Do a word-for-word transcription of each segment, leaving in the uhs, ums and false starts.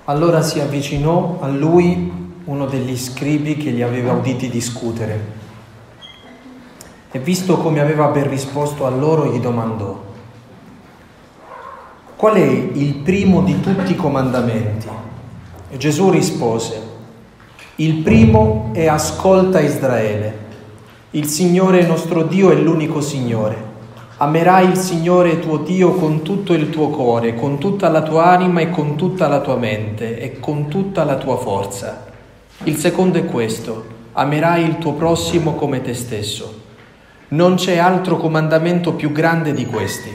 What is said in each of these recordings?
Allora si avvicinò a lui uno degli scribi che gli aveva uditi discutere e, visto come aveva ben risposto a loro, gli domandò: qual è il primo di tutti i comandamenti? E Gesù rispose: il primo è: ascolta Israele, il Signore nostro Dio è l'unico Signore. Amerai il Signore tuo Dio con tutto il tuo cuore, con tutta la tua anima e con tutta la tua mente e con tutta la tua forza. Il secondo è questo: amerai il tuo prossimo come te stesso. Non c'è altro comandamento più grande di questi.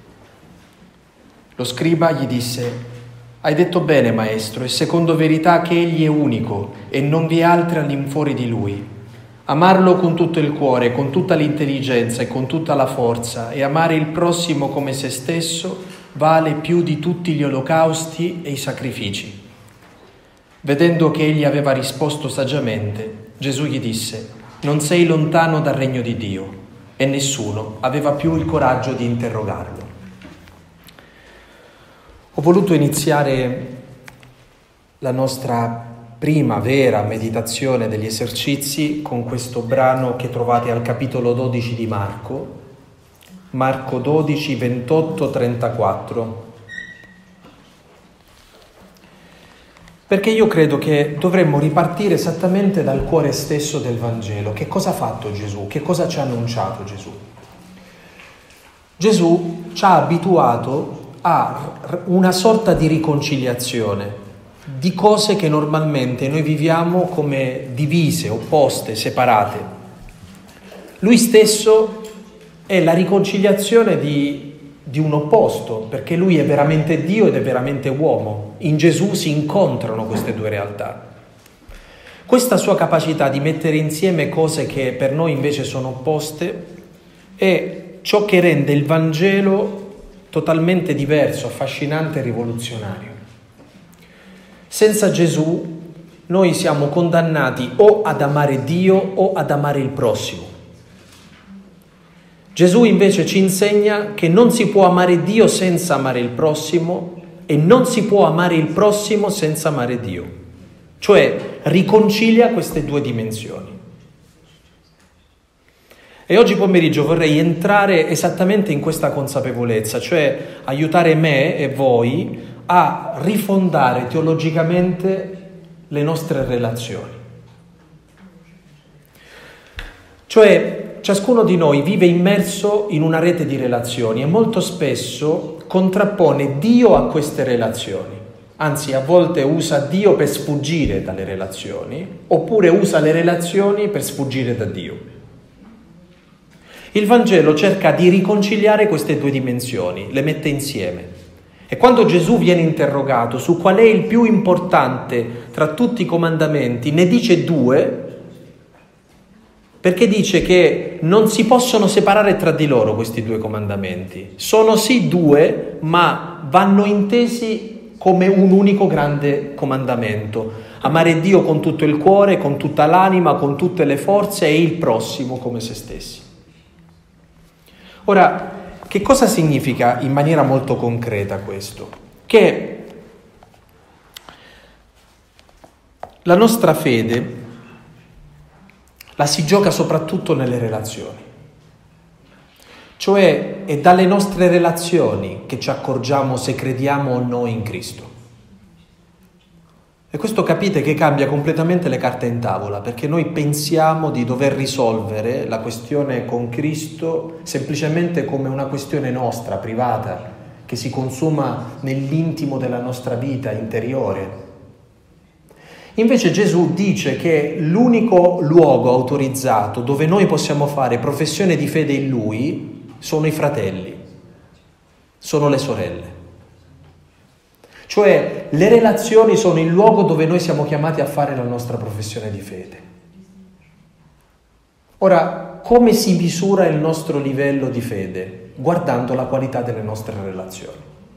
Lo scriba gli disse: hai detto bene, maestro, è secondo verità che egli è unico e non vi è altra all'infuori di lui. Amarlo con tutto il cuore, con tutta l'intelligenza e con tutta la forza, e amare il prossimo come se stesso vale più di tutti gli olocausti e i sacrifici. Vedendo che egli aveva risposto saggiamente, Gesù gli disse: non sei lontano dal regno di Dio. E nessuno aveva più il coraggio di interrogarlo. Ho voluto iniziare la nostra prima vera meditazione degli esercizi con questo brano che trovate al capitolo dodici di Marco, Marco dodici, ventotto, trentaquattro. Perché io credo che dovremmo ripartire esattamente dal cuore stesso del Vangelo. Che cosa ha fatto Gesù? Che cosa ci ha annunciato Gesù? Gesù ci ha abituato a una sorta di riconciliazione di cose che normalmente noi viviamo come divise, opposte, separate. Lui stesso è la riconciliazione di, di un opposto, perché lui è veramente Dio ed è veramente uomo. In Gesù si incontrano queste due realtà. Questa sua capacità di mettere insieme cose che per noi invece sono opposte è ciò che rende il Vangelo totalmente diverso, affascinante e rivoluzionario. Senza Gesù noi siamo condannati o ad amare Dio o ad amare il prossimo. Gesù invece ci insegna che non si può amare Dio senza amare il prossimo e non si può amare il prossimo senza amare Dio. Cioè riconcilia queste due dimensioni. E oggi pomeriggio vorrei entrare esattamente in questa consapevolezza, cioè aiutare me e voi a rifondare teologicamente le nostre relazioni. Cioè, ciascuno di noi vive immerso in una rete di relazioni e molto spesso contrappone Dio a queste relazioni. Anzi, a volte usa Dio per sfuggire dalle relazioni, oppure usa le relazioni per sfuggire da Dio. Il Vangelo cerca di riconciliare queste due dimensioni, le mette insieme. E quando Gesù viene interrogato su qual è il più importante tra tutti i comandamenti, ne dice due, perché dice che non si possono separare tra di loro questi due comandamenti. Sono sì due, ma vanno intesi come un unico grande comandamento. Amare Dio con tutto il cuore, con tutta l'anima, con tutte le forze e il prossimo come se stessi. Ora, che cosa significa in maniera molto concreta questo? Che la nostra fede la si gioca soprattutto nelle relazioni. Cioè è dalle nostre relazioni che ci accorgiamo se crediamo o no in Cristo. E questo capite che cambia completamente le carte in tavola, perché noi pensiamo di dover risolvere la questione con Cristo semplicemente come una questione nostra, privata, che si consuma nell'intimo della nostra vita interiore. Invece Gesù dice che l'unico luogo autorizzato dove noi possiamo fare professione di fede in Lui sono i fratelli, sono le sorelle. Cioè le relazioni sono il luogo dove noi siamo chiamati a fare la nostra professione di fede. Ora, come si misura il nostro livello di fede? Guardando la qualità delle nostre relazioni.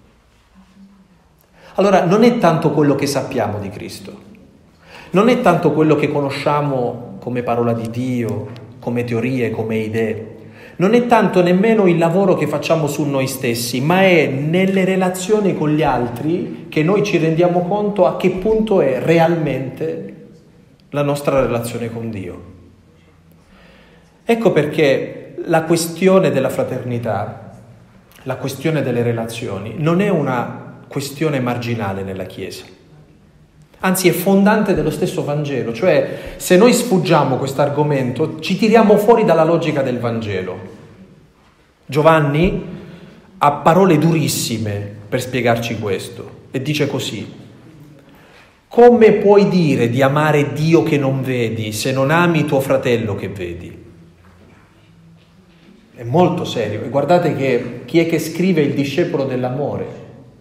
Allora, non è tanto quello che sappiamo di Cristo, non è tanto quello che conosciamo come parola di Dio, come teorie, come idee, Non è tanto nemmeno il lavoro che facciamo su noi stessi, ma è nelle relazioni con gli altri che noi ci rendiamo conto a che punto è realmente la nostra relazione con Dio. Ecco perché la questione della fraternità, la questione delle relazioni, non è una questione marginale nella Chiesa. Anzi, è fondante dello stesso Vangelo, cioè se noi sfuggiamo questo argomento ci tiriamo fuori dalla logica del Vangelo. Giovanni ha parole durissime per spiegarci questo e dice così: come puoi dire di amare Dio che non vedi se non ami tuo fratello che vedi? È molto serio e guardate che chi è che scrive il discepolo dell'amore?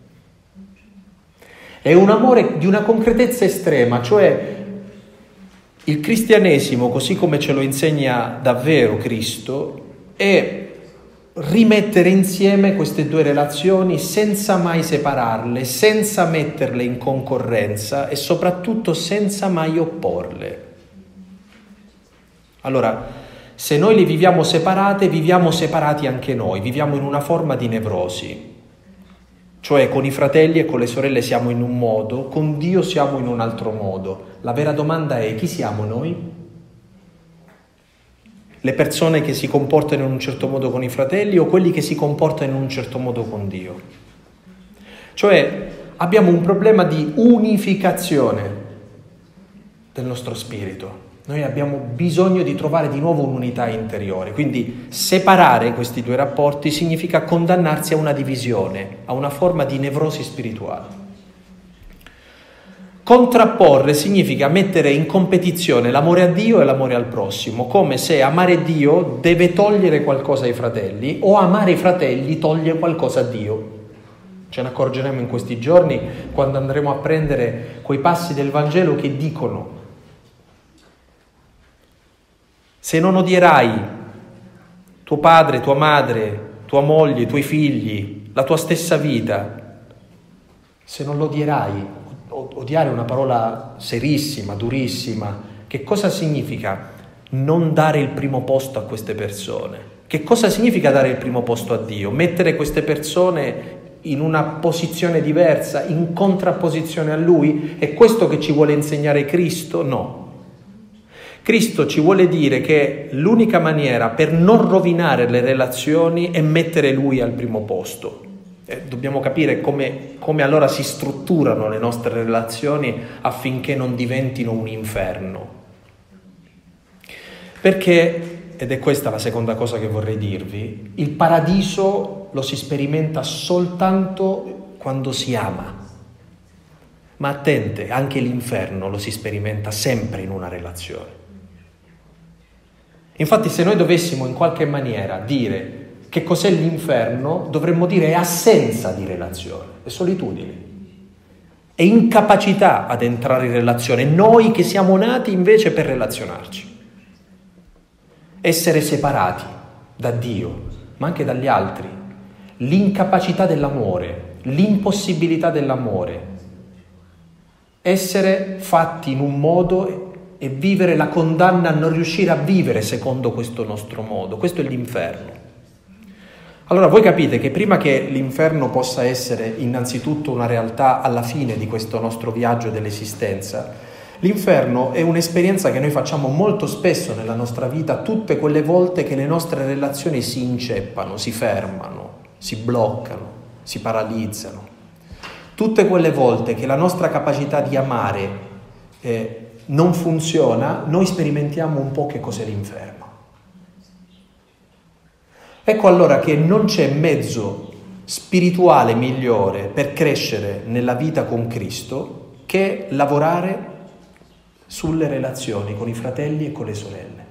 È un amore di una concretezza estrema, cioè il cristianesimo, così come ce lo insegna davvero Cristo, è rimettere insieme queste due relazioni senza mai separarle, senza metterle in concorrenza e soprattutto senza mai opporle. Allora, se noi le viviamo separate, viviamo separati anche noi, viviamo in una forma di nevrosi. Cioè con i fratelli e con le sorelle siamo in un modo, con Dio siamo in un altro modo. La vera domanda è: chi siamo noi? Le persone che si comportano in un certo modo con i fratelli o quelli che si comportano in un certo modo con Dio? Cioè abbiamo un problema di unificazione del nostro spirito. Noi abbiamo bisogno di trovare di nuovo un'unità interiore, quindi separare questi due rapporti significa condannarsi a una divisione, a una forma di nevrosi spirituale. Contrapporre significa mettere in competizione l'amore a Dio e l'amore al prossimo, come se amare Dio deve togliere qualcosa ai fratelli o amare i fratelli toglie qualcosa a Dio. Ce ne accorgeremo in questi giorni quando andremo a prendere quei passi del Vangelo che dicono: se non odierai tuo padre, tua madre, tua moglie, i tuoi figli, la tua stessa vita, se non lo odierai, odiare è una parola serissima, durissima, che cosa significa non dare il primo posto a queste persone? Che cosa significa dare il primo posto a Dio? Mettere queste persone in una posizione diversa, in contrapposizione a Lui? È questo che ci vuole insegnare Cristo? No. Cristo ci vuole dire che l'unica maniera per non rovinare le relazioni è mettere Lui al primo posto. Eh, dobbiamo capire come, come allora si strutturano le nostre relazioni affinché non diventino un inferno. Perché, ed è questa la seconda cosa che vorrei dirvi, il paradiso lo si sperimenta soltanto quando si ama. Ma attente, anche l'inferno lo si sperimenta sempre in una relazione. Infatti, se noi dovessimo in qualche maniera dire che cos'è l'inferno, dovremmo dire è assenza di relazione, è solitudine, è incapacità ad entrare in relazione, noi che siamo nati invece per relazionarci. Essere separati da Dio, ma anche dagli altri, l'incapacità dell'amore, l'impossibilità dell'amore, essere fatti in un modo e vivere la condanna a non riuscire a vivere secondo questo nostro modo. Questo è l'inferno. Allora voi capite che prima che l'inferno possa essere innanzitutto una realtà alla fine di questo nostro viaggio dell'esistenza, l'inferno è un'esperienza che noi facciamo molto spesso nella nostra vita, tutte quelle volte che le nostre relazioni si inceppano, si fermano, si bloccano, si paralizzano. Tutte quelle volte che la nostra capacità di amare eh, non funziona, noi sperimentiamo un po' che cos'è l'inferno. Ecco allora che non c'è mezzo spirituale migliore per crescere nella vita con Cristo che lavorare sulle relazioni con i fratelli e con le sorelle.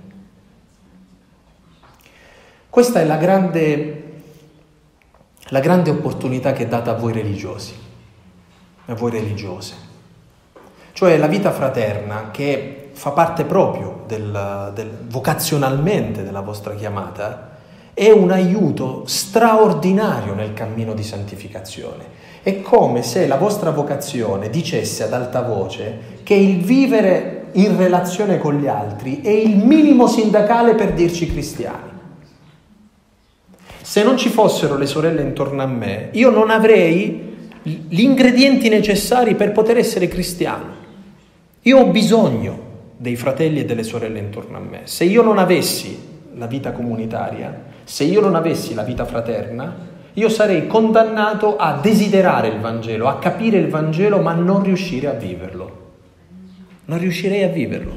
Questa è la grande, la grande opportunità che è data a voi religiosi, a voi religiose. Cioè la vita fraterna che fa parte proprio del, del, vocazionalmente della vostra chiamata è un aiuto straordinario nel cammino di santificazione. È come se la vostra vocazione dicesse ad alta voce che il vivere in relazione con gli altri è il minimo sindacale per dirci cristiani. se non ci fossero le sorelle intorno a me, io non avrei gli ingredienti necessari per poter essere cristiano. Io ho bisogno dei fratelli e delle sorelle intorno a me. Se io non avessi la vita comunitaria, se io non avessi la vita fraterna, io sarei condannato a desiderare il Vangelo, a capire il Vangelo, ma non riuscire a viverlo. Non riuscirei a viverlo.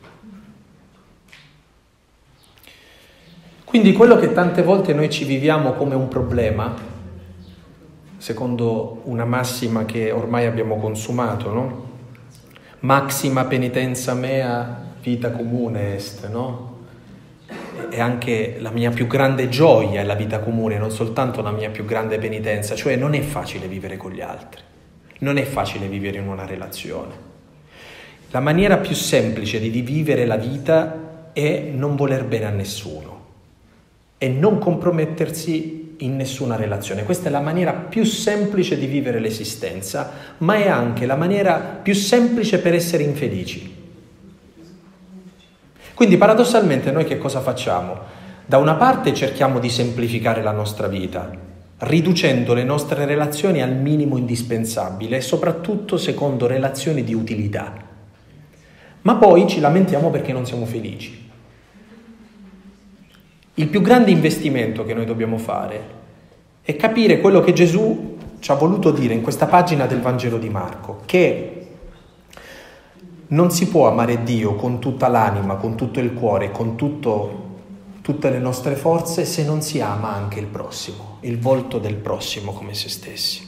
Quindi quello che tante volte noi ci viviamo come un problema, secondo una massima che ormai abbiamo consumato, no? Maxima penitenza mea, vita comune est, no? E anche la mia più grande gioia è la vita comune, non soltanto la mia più grande penitenza, cioè non è facile vivere con gli altri, non è facile vivere in una relazione. La maniera più semplice di vivere la vita è non voler bene a nessuno e non compromettersi in nessuna relazione. Questa è la maniera più semplice di vivere l'esistenza, ma è anche la maniera più semplice per essere infelici. Quindi paradossalmente noi che cosa facciamo? Da una parte cerchiamo di semplificare la nostra vita, riducendo le nostre relazioni al minimo indispensabile e soprattutto secondo relazioni di utilità. Ma poi ci lamentiamo perché non siamo felici. Il più grande investimento che noi dobbiamo fare è capire quello che Gesù ci ha voluto dire in questa pagina del Vangelo di Marco, che non si può amare Dio con tutta l'anima, con tutto il cuore, con tutto, tutte le nostre forze se non si ama anche il prossimo, il volto del prossimo come se stessi.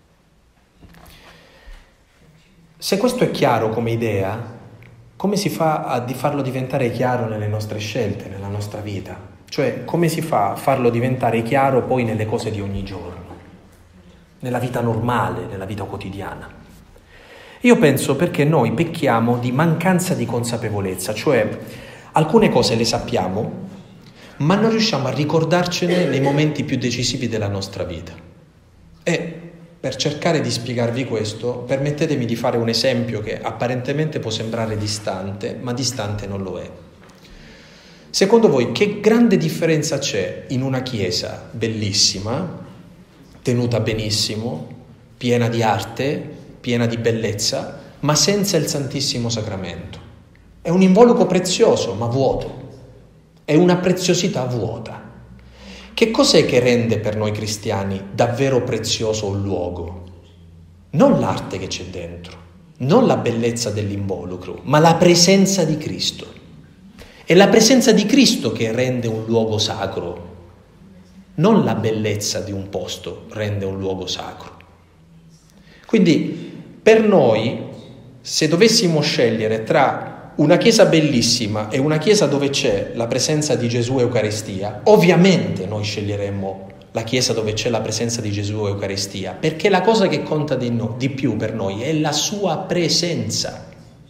Se questo è chiaro come idea, come si fa a di farlo diventare chiaro nelle nostre scelte, nella nostra vita? Cioè, come si fa a farlo diventare chiaro poi nelle cose di ogni giorno, nella vita normale, nella vita quotidiana? Io penso perché noi pecchiamo di mancanza di consapevolezza, cioè alcune cose le sappiamo, ma non riusciamo a ricordarcene nei momenti più decisivi della nostra vita. E per cercare di spiegarvi questo, permettetemi di fare un esempio che apparentemente può sembrare distante, ma distante non lo è. Secondo voi che grande differenza c'è in una chiesa bellissima, tenuta benissimo, piena di arte, piena di bellezza, ma senza il Santissimo Sacramento? È un involucro prezioso, ma vuoto. È una preziosità vuota. Che cos'è che rende per noi cristiani davvero prezioso un luogo? Non l'arte che c'è dentro, non la bellezza dell'involucro, ma la presenza di Cristo. È la presenza di Cristo che rende un luogo sacro, non la bellezza di un posto rende un luogo sacro. Quindi per noi, se dovessimo scegliere tra una chiesa bellissima e una chiesa dove c'è la presenza di Gesù e Eucaristia, ovviamente noi sceglieremmo la chiesa dove c'è la presenza di Gesù e Eucaristia, perché la cosa che conta di, no, di più per noi è la sua presenza.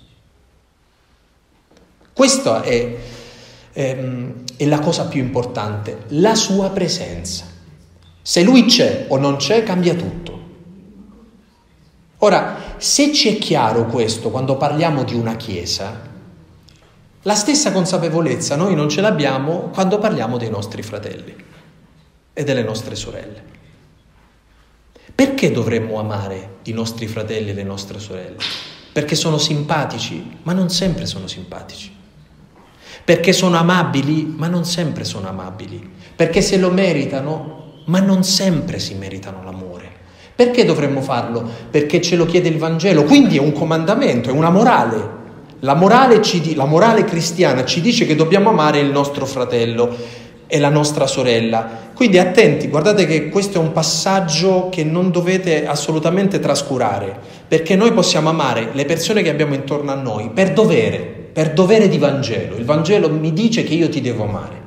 Questa è, ehm, è la cosa più importante, la sua presenza. Se lui c'è o non c'è, cambia tutto. Ora, se ci è chiaro questo quando parliamo di una chiesa, la stessa consapevolezza noi non ce l'abbiamo quando parliamo dei nostri fratelli e delle nostre sorelle. Perché dovremmo amare i nostri fratelli e le nostre sorelle? Perché sono simpatici, ma non sempre sono simpatici. Perché sono amabili, ma non sempre sono amabili. Perché se lo meritano, ma non sempre si meritano l'amore. Perché dovremmo farlo? Perché ce lo chiede il Vangelo, quindi è un comandamento, è una morale. La morale, ci, la morale cristiana ci dice che dobbiamo amare il nostro fratello e la nostra sorella. Quindi attenti, guardate che questo è un passaggio che non dovete assolutamente trascurare, perché noi possiamo amare le persone che abbiamo intorno a noi per dovere, per dovere di Vangelo. Il Vangelo mi dice che io ti devo amare.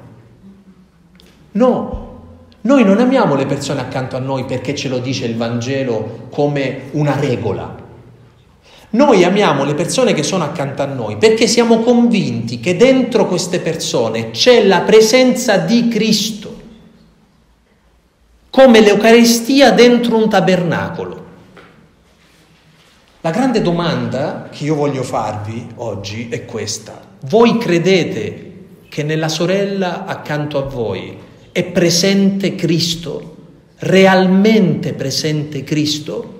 No, noi non amiamo le persone accanto a noi perché ce lo dice il Vangelo come una regola. Noi amiamo le persone che sono accanto a noi perché siamo convinti che dentro queste persone c'è la presenza di Cristo, come l'Eucaristia dentro un tabernacolo. La grande domanda che io voglio farvi oggi è questa: voi credete che nella sorella accanto a voi È presente Cristo? Realmente presente Cristo?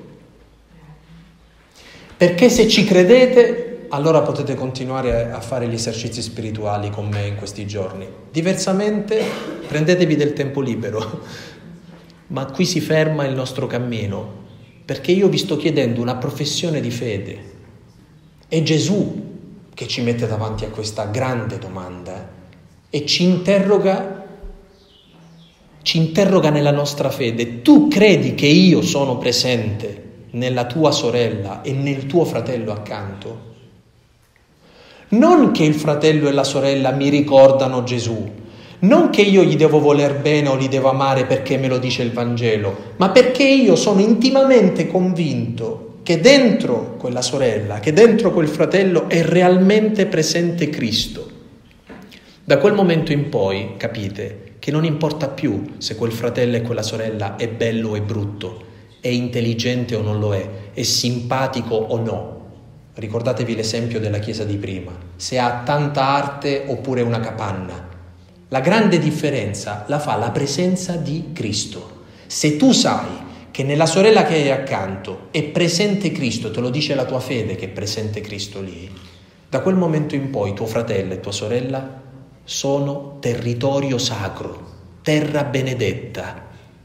Perché se ci credete, allora potete continuare a fare gli esercizi spirituali con me in questi giorni. Diversamente, prendetevi del tempo libero. Ma qui si ferma il nostro cammino, perché io vi sto chiedendo una professione di fede. È Gesù che ci mette davanti a questa grande domanda e ci interroga, ci interroga nella nostra fede. Tu credi che io sono presente nella tua sorella e nel tuo fratello accanto? Non che il fratello e la sorella mi ricordano Gesù, non che io gli devo voler bene o li devo amare perché me lo dice il Vangelo, ma perché io sono intimamente convinto che dentro quella sorella, che dentro quel fratello è realmente presente Cristo. Da quel momento in poi capite che non importa più se quel fratello e quella sorella è bello o è brutto, è intelligente o non lo è, è simpatico o no. Ricordatevi l'esempio della chiesa di prima, se ha tanta arte oppure una capanna. La grande differenza la fa la presenza di Cristo. Se tu sai che nella sorella che hai accanto è presente Cristo, te lo dice la tua fede che è presente Cristo lì, da quel momento in poi tuo fratello e tua sorella sono territorio sacro, terra benedetta.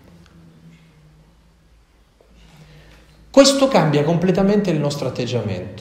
Questo cambia completamente il nostro atteggiamento.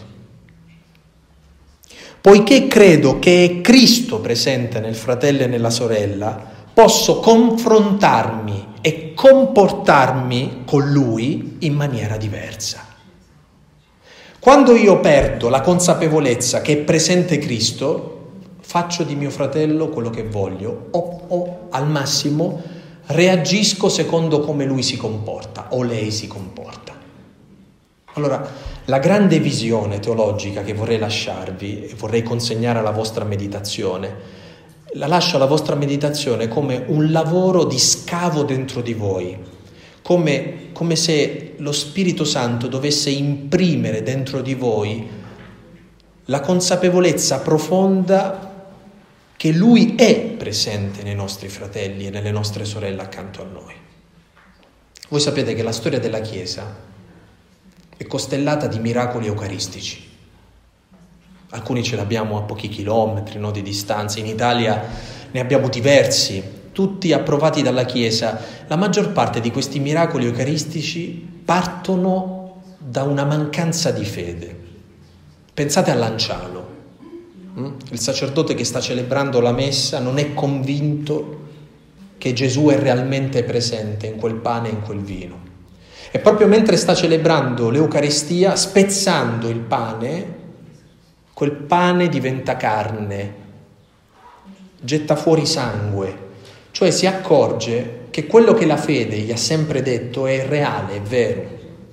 Poiché credo che è Cristo presente nel fratello e nella sorella, posso confrontarmi e comportarmi con Lui in maniera diversa. Quando io perdo la consapevolezza che è presente Cristo, faccio di mio fratello quello che voglio o, o al massimo reagisco secondo come lui si comporta o lei si comporta. Allora, la grande visione teologica che vorrei lasciarvi e vorrei consegnare alla vostra meditazione, la lascio alla vostra meditazione come un lavoro di scavo dentro di voi, come, come se lo Spirito Santo dovesse imprimere dentro di voi la consapevolezza profonda che Lui è presente nei nostri fratelli e nelle nostre sorelle accanto a noi. Voi sapete che la storia della Chiesa è costellata di miracoli eucaristici. Alcuni ce l'abbiamo a pochi chilometri, no, di distanza. In Italia ne abbiamo diversi, tutti approvati dalla Chiesa. La maggior parte di questi miracoli eucaristici partono da una mancanza di fede. Pensate a Lancialo. Il sacerdote che sta celebrando la messa non è convinto che Gesù è realmente presente in quel pane e in quel vino. E proprio mentre sta celebrando l'Eucaristia, spezzando il pane, quel pane diventa carne, getta fuori sangue, cioè si accorge che quello che la fede gli ha sempre detto è reale, è vero.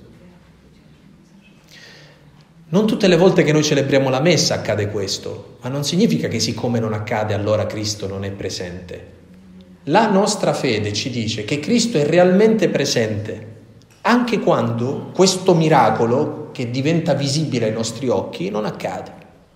Non tutte le volte che noi celebriamo la messa accade questo, ma non significa che siccome non accade allora Cristo non è presente. La nostra fede ci dice che Cristo è realmente presente, anche quando questo miracolo, che diventa visibile ai nostri occhi, non accade.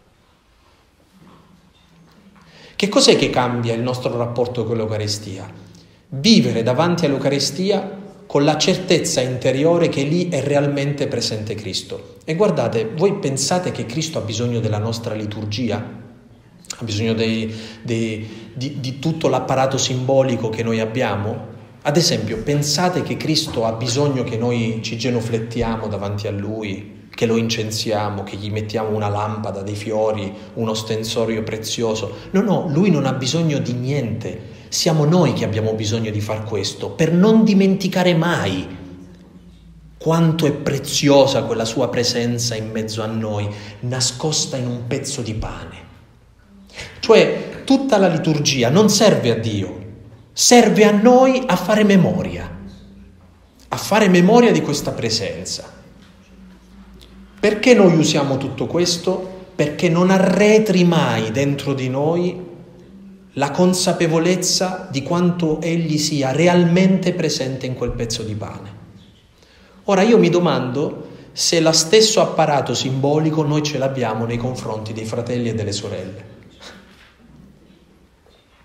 Che cos'è che cambia il nostro rapporto con l'Eucaristia? Vivere davanti all'Eucaristia con la certezza interiore che lì è realmente presente Cristo. E guardate, voi pensate che Cristo ha bisogno della nostra liturgia? Ha bisogno dei, dei, di, di tutto l'apparato simbolico che noi abbiamo? Ad esempio, pensate che Cristo ha bisogno che noi ci genuflettiamo davanti a Lui, che lo incensiamo, che gli mettiamo una lampada, dei fiori, un ostensorio prezioso? No, no, Lui non ha bisogno di niente. Siamo noi che abbiamo bisogno di far questo, per non dimenticare mai quanto è preziosa quella sua presenza in mezzo a noi, nascosta in un pezzo di pane. Cioè, tutta la liturgia non serve a Dio, serve a noi a fare memoria, a fare memoria di questa presenza. Perché noi usiamo tutto questo? Perché non arretri mai dentro di noi la consapevolezza di quanto Egli sia realmente presente in quel pezzo di pane. Ora io mi domando se lo stesso apparato simbolico noi ce l'abbiamo nei confronti dei fratelli e delle sorelle.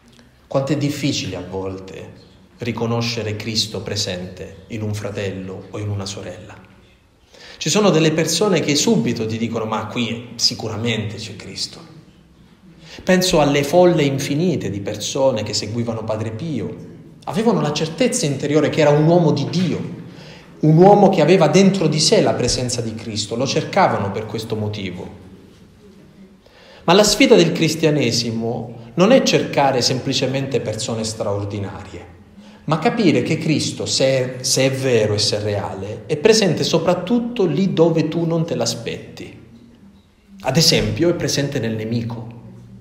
Quanto è difficile a volte riconoscere Cristo presente in un fratello o in una sorella. Ci sono delle persone che subito ti dicono: ma qui sicuramente c'è Cristo. Penso alle folle infinite di persone che seguivano Padre Pio. Avevano la certezza interiore che era un uomo di Dio, un uomo che aveva dentro di sé la presenza di Cristo, lo cercavano per questo motivo. Ma la sfida del cristianesimo non è cercare semplicemente persone straordinarie, ma capire che Cristo, se è, se è vero e se è reale, è presente soprattutto lì dove tu non te l'aspetti. Ad esempio, è presente nel nemico,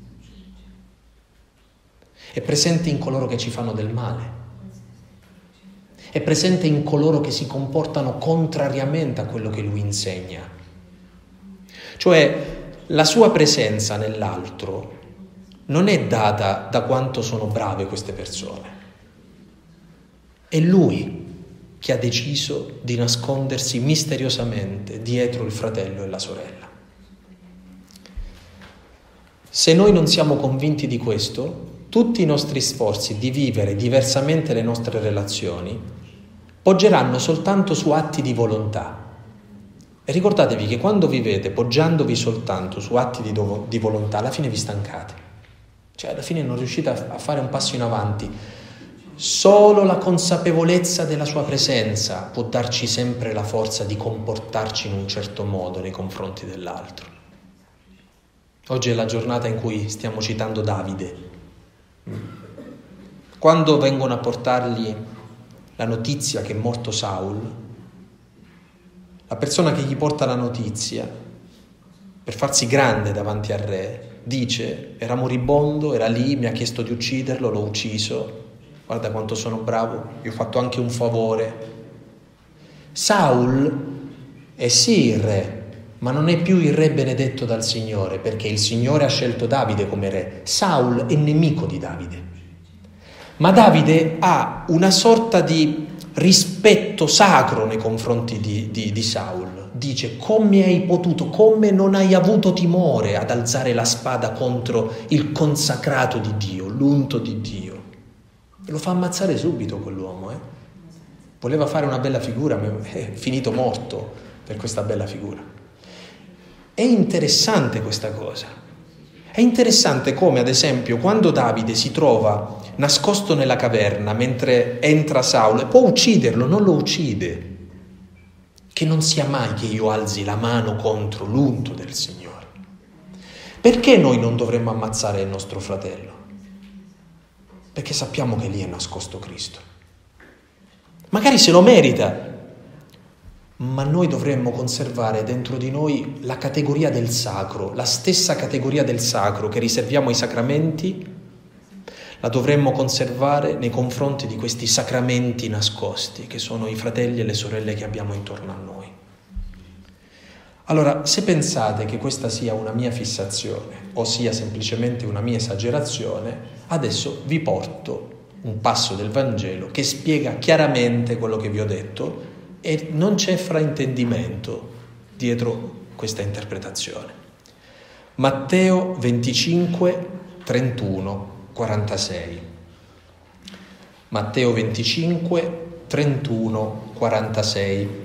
è presente in coloro che ci fanno del male, è presente in coloro che si comportano contrariamente a quello che lui insegna. Cioè, la sua presenza nell'altro non è data da quanto sono brave queste persone. È lui che ha deciso di nascondersi misteriosamente dietro il fratello e la sorella. Se noi non siamo convinti di questo, tutti i nostri sforzi di vivere diversamente le nostre relazioni poggeranno soltanto su atti di volontà. E ricordatevi che quando vivete poggiandovi soltanto su atti di, do- di volontà, alla fine vi stancate. Cioè, alla fine non riuscite a, a fare un passo in avanti. Solo la consapevolezza della sua presenza può darci sempre la forza di comportarci in un certo modo nei confronti dell'altro. Oggi è la giornata in cui stiamo citando Davide. Quando vengono a portargli la notizia che è morto Saul, la persona che gli porta la notizia, per farsi grande davanti al re, dice: era moribondo, era lì, mi ha chiesto di ucciderlo, l'ho ucciso, guarda quanto sono bravo, gli ho fatto anche un favore. Saul è sì il re, ma non è più il re benedetto dal Signore, perché il Signore ha scelto Davide come re. Saul è nemico di Davide. Ma Davide ha una sorta di rispetto sacro nei confronti di, di, di Saul. Dice: come hai potuto, come non hai avuto timore ad alzare la spada contro il consacrato di Dio, l'unto di Dio. Lo fa ammazzare subito quell'uomo, eh? Voleva fare una bella figura, ma è finito morto per questa bella figura. È interessante questa cosa. È interessante come, ad esempio, quando Davide si trova nascosto nella caverna mentre entra Saulo e può ucciderlo, non lo uccide. Che non sia mai che io alzi la mano contro l'unto del Signore. Perché noi non dovremmo ammazzare il nostro fratello? Perché sappiamo che lì è nascosto Cristo. Magari se lo merita, ma noi dovremmo conservare dentro di noi la categoria del sacro, la stessa categoria del sacro che riserviamo ai sacramenti, la dovremmo conservare nei confronti di questi sacramenti nascosti, che sono i fratelli e le sorelle che abbiamo intorno a noi. Allora, se pensate che questa sia una mia fissazione o sia semplicemente una mia esagerazione, adesso vi porto un passo del Vangelo che spiega chiaramente quello che vi ho detto e non c'è fraintendimento dietro questa interpretazione. Matteo venticinque, trentuno, quarantasei. Matteo venticinque, trentuno, quarantasei.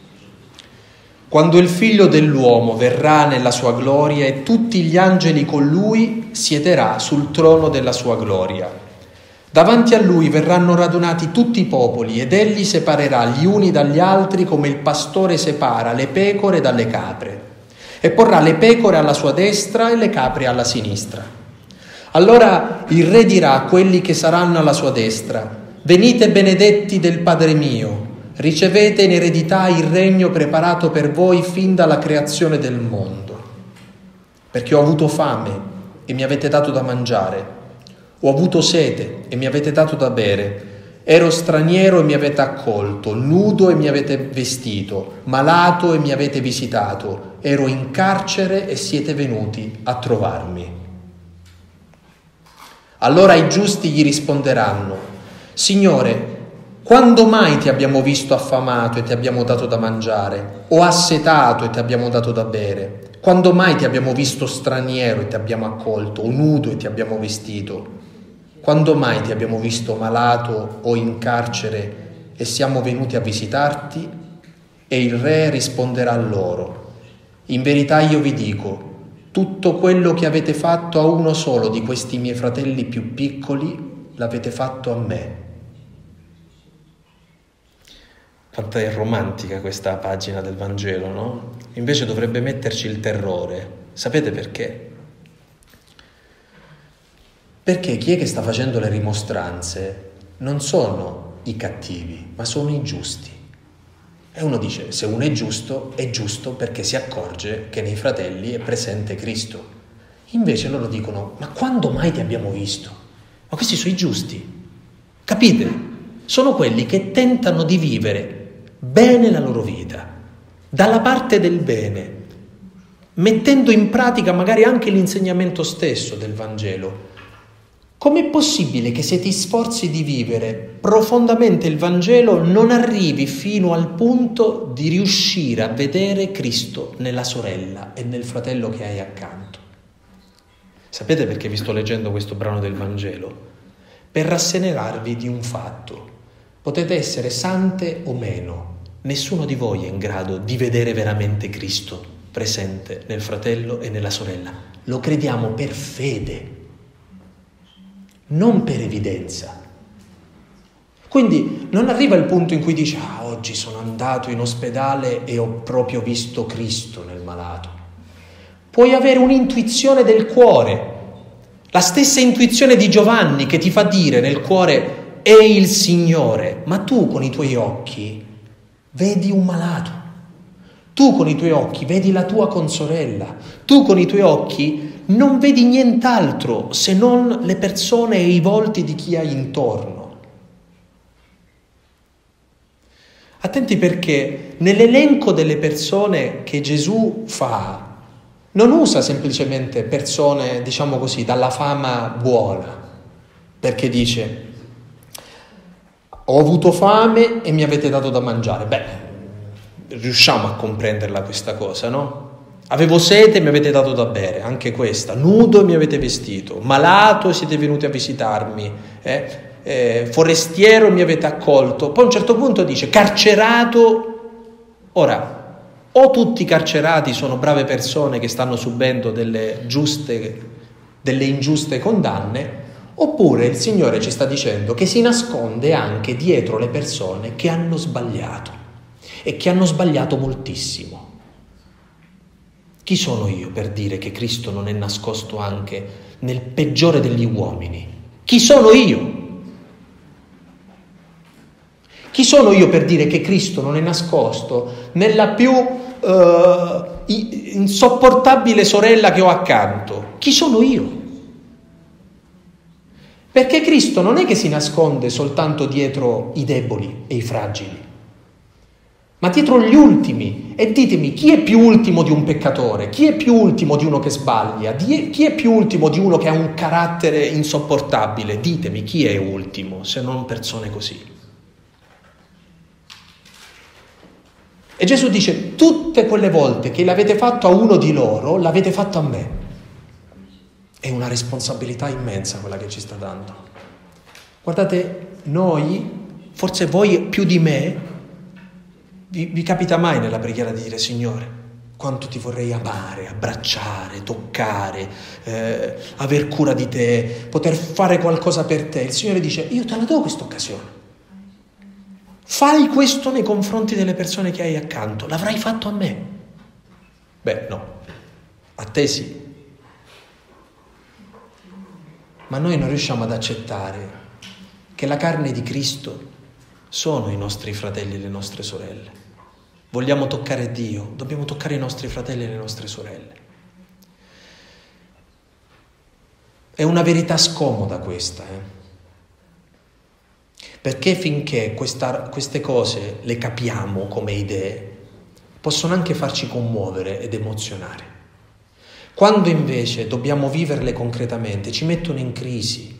Quando il Figlio dell'uomo verrà nella sua gloria e tutti gli angeli con lui, siederà sul trono della sua gloria. Davanti a lui verranno radunati tutti i popoli ed egli separerà gli uni dagli altri come il pastore separa le pecore dalle capre e porrà le pecore alla sua destra e le capre alla sinistra. Allora il re dirà a quelli che saranno alla sua destra: venite benedetti del Padre mio, ricevete in eredità il regno preparato per voi fin dalla creazione del mondo. Perché ho avuto fame e mi avete dato da mangiare, ho avuto sete e mi avete dato da bere, ero straniero e mi avete accolto, nudo e mi avete vestito, malato e mi avete visitato, ero in carcere e siete venuti a trovarmi. Allora i giusti gli risponderanno: Signore, quando mai ti abbiamo visto affamato e ti abbiamo dato da mangiare, o assetato e ti abbiamo dato da bere? Quando mai ti abbiamo visto straniero e ti abbiamo accolto, o nudo e ti abbiamo vestito? quando mai ti abbiamo visto malato o in carcere e siamo venuti a visitarti? E il re risponderà loro: in verità io vi dico, tutto quello che avete fatto a uno solo di questi miei fratelli più piccoli, l'avete fatto a me. Quanto è romantica questa pagina del Vangelo, no? Invece dovrebbe metterci il terrore. Sapete perché? Perché chi è che sta facendo le rimostranze non sono i cattivi, ma sono i giusti. E uno dice, se uno è giusto, è giusto perché si accorge che nei fratelli è presente Cristo. Invece loro dicono, ma quando mai ti abbiamo visto? Ma questi sono i giusti. Capite? Sono quelli che tentano di vivere bene la loro vita, dalla parte del bene, mettendo in pratica magari anche l'insegnamento stesso del Vangelo. Com'è possibile che se ti sforzi di vivere profondamente il Vangelo non arrivi fino al punto di riuscire a vedere Cristo nella sorella e nel fratello che hai accanto? Sapete perché vi sto leggendo questo brano del Vangelo? Per rasserenarvi di un fatto. Potete essere sante o meno, nessuno di voi è in grado di vedere veramente Cristo presente nel fratello e nella sorella. Lo crediamo per fede, non per evidenza. Quindi non arriva il punto in cui dici, ah, oggi sono andato in ospedale e ho proprio visto Cristo nel malato. Puoi avere un'intuizione del cuore, la stessa intuizione di Giovanni che ti fa dire nel cuore, è il Signore, ma tu con i tuoi occhi vedi un malato, tu con i tuoi occhi vedi la tua consorella, tu con i tuoi occhi non vedi nient'altro se non le persone e i volti di chi hai intorno. Attenti perché nell'elenco delle persone che Gesù fa, non usa semplicemente persone, diciamo così, dalla fama buona, perché dice, ho avuto fame e mi avete dato da mangiare. Beh, riusciamo a comprenderla questa cosa, no? Avevo sete e mi avete dato da bere, anche questa. Nudo e mi avete vestito. Malato e siete venuti a visitarmi. Eh? Eh, forestiero e mi avete accolto. Poi a un certo punto dice carcerato. Ora, o tutti i carcerati sono brave persone che stanno subendo delle giuste, delle ingiuste condanne, oppure il Signore ci sta dicendo che si nasconde anche dietro le persone che hanno sbagliato e che hanno sbagliato moltissimo. Chi sono io per dire che Cristo non è nascosto anche nel peggiore degli uomini? Chi sono io? Chi sono io per dire che Cristo non è nascosto nella più uh, insopportabile sorella che ho accanto? Chi sono io? Perché Cristo non è che si nasconde soltanto dietro i deboli e i fragili, ma dietro gli ultimi. E ditemi, chi è più ultimo di un peccatore? Chi è più ultimo di uno che sbaglia? Chi è più ultimo di uno che ha un carattere insopportabile? Ditemi, chi è ultimo, se non persone così? E Gesù dice, tutte quelle volte che l'avete fatto a uno di loro, l'avete fatto a me. È una responsabilità immensa quella che ci sta dando. Guardate, noi, forse voi più di me, vi, vi capita mai nella preghiera di dire, Signore, quanto ti vorrei amare, abbracciare, toccare, eh, aver cura di te, poter fare qualcosa per te. Il Signore dice, io te la do questa occasione. Fai questo nei confronti delle persone che hai accanto, l'avrai fatto a me. Beh, no, a te sì. Ma noi non riusciamo ad accettare che la carne di Cristo sono i nostri fratelli e le nostre sorelle. Vogliamo toccare Dio, dobbiamo toccare i nostri fratelli e le nostre sorelle. È una verità scomoda questa, eh? Perché finché questa, queste cose le capiamo come idee, possono anche farci commuovere ed emozionare. Quando invece dobbiamo viverle concretamente, ci mettono in crisi,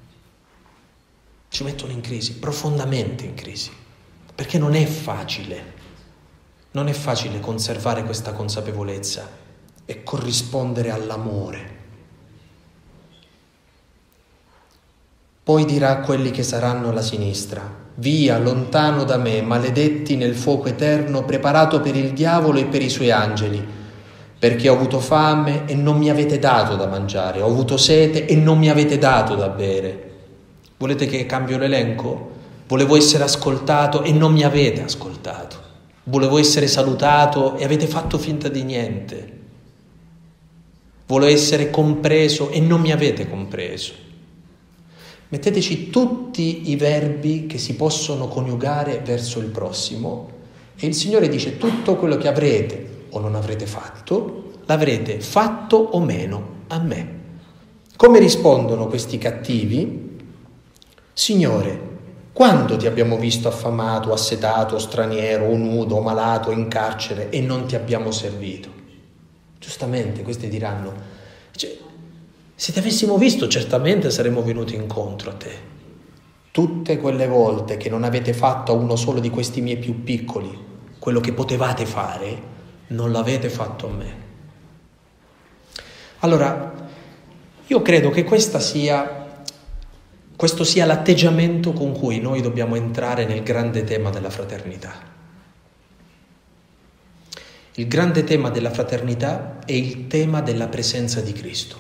ci mettono in crisi, profondamente in crisi, perché non è facile, non è facile conservare questa consapevolezza e corrispondere all'amore. Poi dirà a quelli che saranno alla sinistra: via, lontano da me, maledetti nel fuoco eterno preparato per il diavolo e per i suoi angeli, perché ho avuto fame e non mi avete dato da mangiare, ho avuto sete e non mi avete dato da bere. Volete che cambio l'elenco? Volevo essere ascoltato e non mi avete ascoltato. Volevo essere salutato e avete fatto finta di niente. Volevo essere compreso e non mi avete compreso. Metteteci tutti i verbi che si possono coniugare verso il prossimo e il Signore dice: tutto quello che avrete o non avrete fatto, l'avrete fatto o meno a me. Come rispondono questi cattivi? Signore, quando ti abbiamo visto affamato, assetato, straniero, o nudo, o malato, in carcere e non ti abbiamo servito? Giustamente, questi diranno: cioè, se ti avessimo visto certamente saremmo venuti incontro a te. Tutte quelle volte che non avete fatto a uno solo di questi miei più piccoli quello che potevate fare, non l'avete fatto a me. Allora, io credo che questa sia... Questo sia l'atteggiamento con cui noi dobbiamo entrare nel grande tema della fraternità. Il grande tema della fraternità è il tema della presenza di Cristo.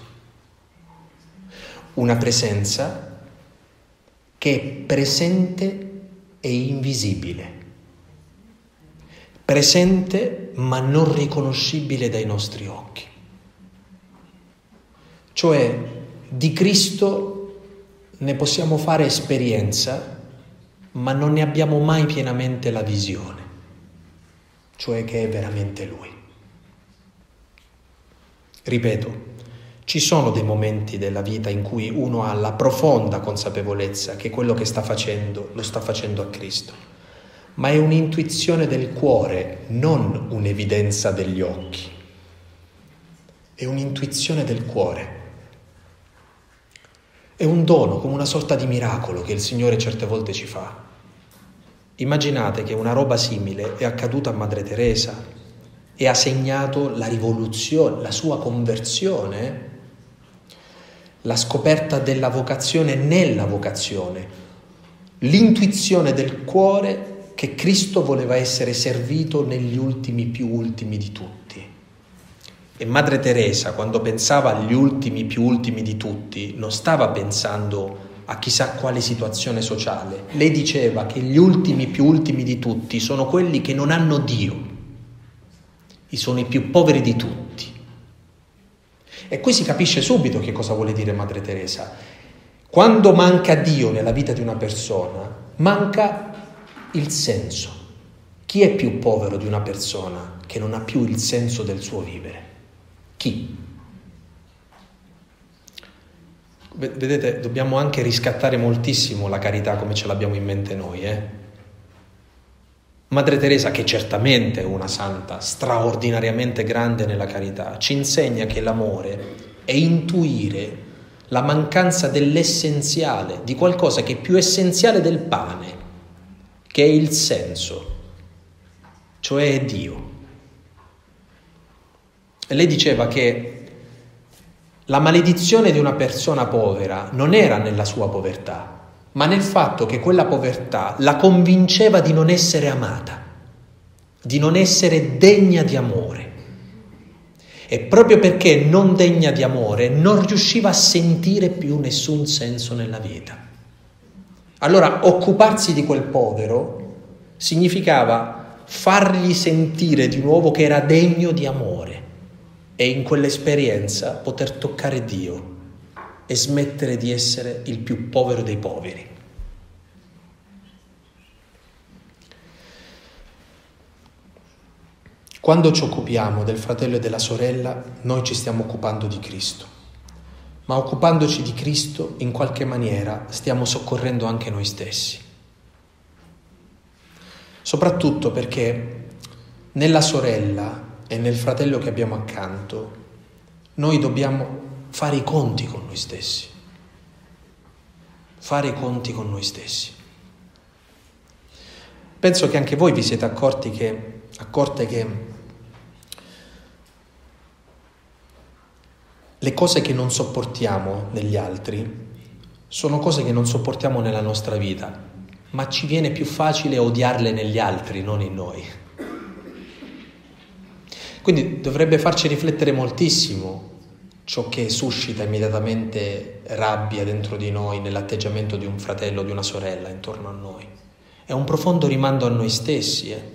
Una presenza che è presente e invisibile. Presente ma non riconoscibile dai nostri occhi. Cioè, di Cristo ne possiamo fare esperienza, ma non ne abbiamo mai pienamente la visione, cioè che è veramente Lui. Ripeto, ci sono dei momenti della vita in cui uno ha la profonda consapevolezza che quello che sta facendo lo sta facendo a Cristo, ma è un'intuizione del cuore, non un'evidenza degli occhi. È un'intuizione del cuore. È un dono, come una sorta di miracolo che il Signore certe volte ci fa. Immaginate che una roba simile è accaduta a Madre Teresa e ha segnato la rivoluzione, la sua conversione, la scoperta della vocazione nella vocazione, l'intuizione del cuore che Cristo voleva essere servito negli ultimi più ultimi di tutti. E Madre Teresa, quando pensava agli ultimi più ultimi di tutti, non stava pensando a chissà quale situazione sociale. Lei diceva che gli ultimi più ultimi di tutti sono quelli che non hanno Dio, sono i più poveri di tutti. E qui si capisce subito che cosa vuole dire Madre Teresa. Quando manca Dio nella vita di una persona, manca il senso. Chi è più povero di una persona che non ha più il senso del suo vivere? Chi? Vedete, dobbiamo anche riscattare moltissimo la carità come ce l'abbiamo in mente noi, eh? Madre Teresa, che certamente è una santa straordinariamente grande nella carità, ci insegna che l'amore è intuire la mancanza dell'essenziale, di qualcosa che è più essenziale del pane, che è il senso, cioè è Dio. E lei diceva che la maledizione di una persona povera non era nella sua povertà, ma nel fatto che quella povertà la convinceva di non essere amata, di non essere degna di amore. E proprio perché non degna di amore non riusciva a sentire più nessun senso nella vita. Allora occuparsi di quel povero significava fargli sentire di nuovo che era degno di amore e in quell'esperienza poter toccare Dio e smettere di essere il più povero dei poveri. Quando ci occupiamo del fratello e della sorella, noi ci stiamo occupando di Cristo. Ma occupandoci di Cristo, in qualche maniera, stiamo soccorrendo anche noi stessi. Soprattutto perché nella sorella e nel fratello che abbiamo accanto, noi dobbiamo fare i conti con noi stessi. Fare i conti con noi stessi. Penso che anche voi vi siete accorti che, accorte che le cose che non sopportiamo negli altri sono cose che non sopportiamo nella nostra vita, ma ci viene più facile odiarle negli altri, non in noi. Quindi dovrebbe farci riflettere moltissimo ciò che suscita immediatamente rabbia dentro di noi nell'atteggiamento di un fratello o di una sorella intorno a noi. È un profondo rimando a noi stessi. Eh?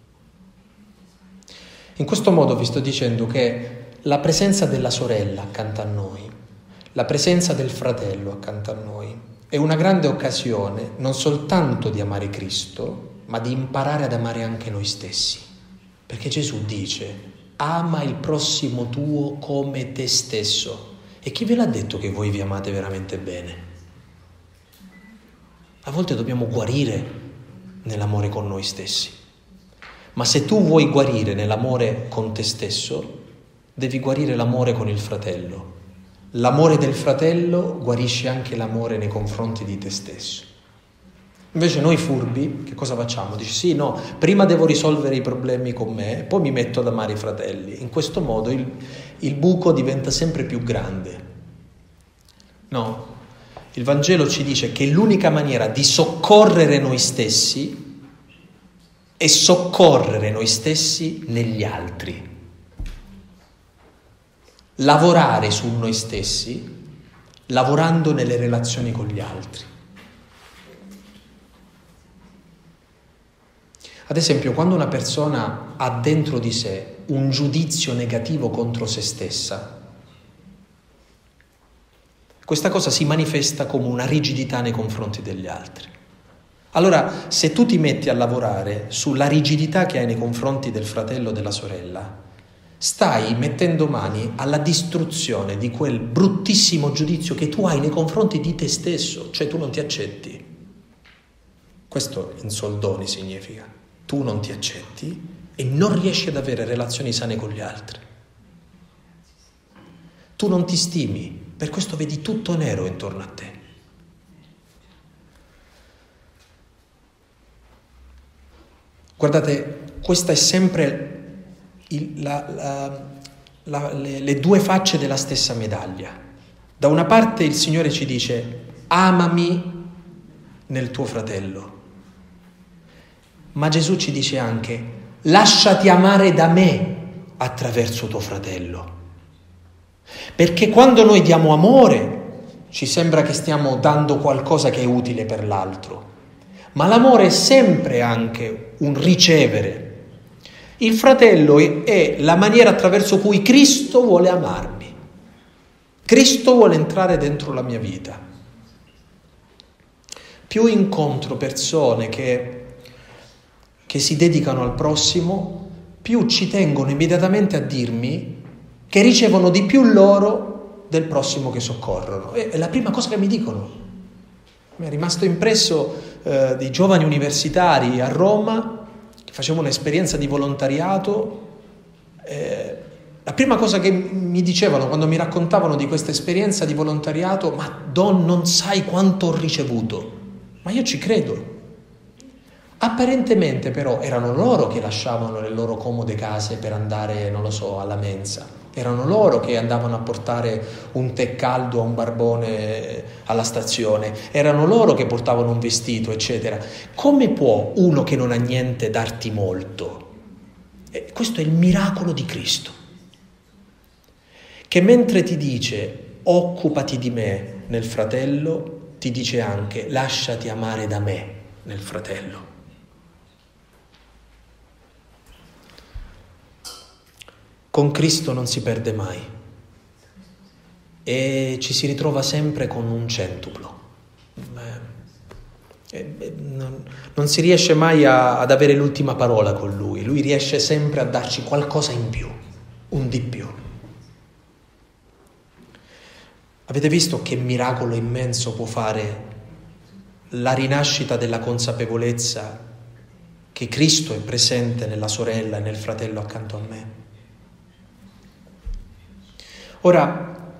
In questo modo vi sto dicendo che la presenza della sorella accanto a noi, la presenza del fratello accanto a noi, è una grande occasione non soltanto di amare Cristo, ma di imparare ad amare anche noi stessi. Perché Gesù dice: ama il prossimo tuo come te stesso. E chi ve l'ha detto che voi vi amate veramente bene? A volte dobbiamo guarire nell'amore con noi stessi. Ma se tu vuoi guarire nell'amore con te stesso, devi guarire l'amore con il fratello. L'amore del fratello guarisce anche l'amore nei confronti di te stesso. Invece noi furbi, che cosa facciamo? Dici sì, no, prima devo risolvere i problemi con me, poi mi metto ad amare i fratelli. In questo modo il, il buco diventa sempre più grande. No, il Vangelo ci dice che l'unica maniera di soccorrere noi stessi è soccorrere noi stessi negli altri. Lavorare su noi stessi, lavorando nelle relazioni con gli altri. Ad esempio, quando una persona ha dentro di sé un giudizio negativo contro se stessa, questa cosa si manifesta come una rigidità nei confronti degli altri. Allora, se tu ti metti a lavorare sulla rigidità che hai nei confronti del fratello o della sorella, stai mettendo mani alla distruzione di quel bruttissimo giudizio che tu hai nei confronti di te stesso, cioè tu non ti accetti. Questo in soldoni significa: tu non ti accetti e non riesci ad avere relazioni sane con gli altri. Tu non ti stimi, per questo vedi tutto nero intorno a te. Guardate, questa è sempre il, la, la, la, le, le due facce della stessa medaglia. Da una parte il Signore ci dice: amami nel tuo fratello. Ma Gesù ci dice anche: lasciati amare da me attraverso tuo fratello. Perché quando noi diamo amore, ci sembra che stiamo dando qualcosa che è utile per l'altro. Ma l'amore è sempre anche un ricevere. Il fratello è la maniera attraverso cui Cristo vuole amarmi. Cristo vuole entrare dentro la mia vita. Più incontro persone che che si dedicano al prossimo, più ci tengono immediatamente a dirmi che ricevono di più loro del prossimo che soccorrono. È la prima cosa che mi dicono. Mi è rimasto impresso eh, dei giovani universitari a Roma che facevano un'esperienza di volontariato. Eh, la prima cosa che mi dicevano quando mi raccontavano di questa esperienza di volontariato: ma Don, non sai quanto ho ricevuto. Ma io ci credo. Apparentemente però erano loro che lasciavano le loro comode case per andare, non lo so, alla mensa. Erano loro che andavano a portare un tè caldo a un barbone alla stazione. Erano loro che portavano un vestito, eccetera. Come può uno che non ha niente darti molto? E questo è il miracolo di Cristo. Che mentre ti dice occupati di me nel fratello, ti dice anche lasciati amare da me nel fratello. Con Cristo non si perde mai e ci si ritrova sempre con un centuplo. Eh, eh, non, non si riesce mai a, ad avere l'ultima parola con Lui. Lui riesce sempre a darci qualcosa in più, un di più. Avete visto che miracolo immenso può fare la rinascita della consapevolezza che Cristo è presente nella sorella e nel fratello accanto a me? Ora,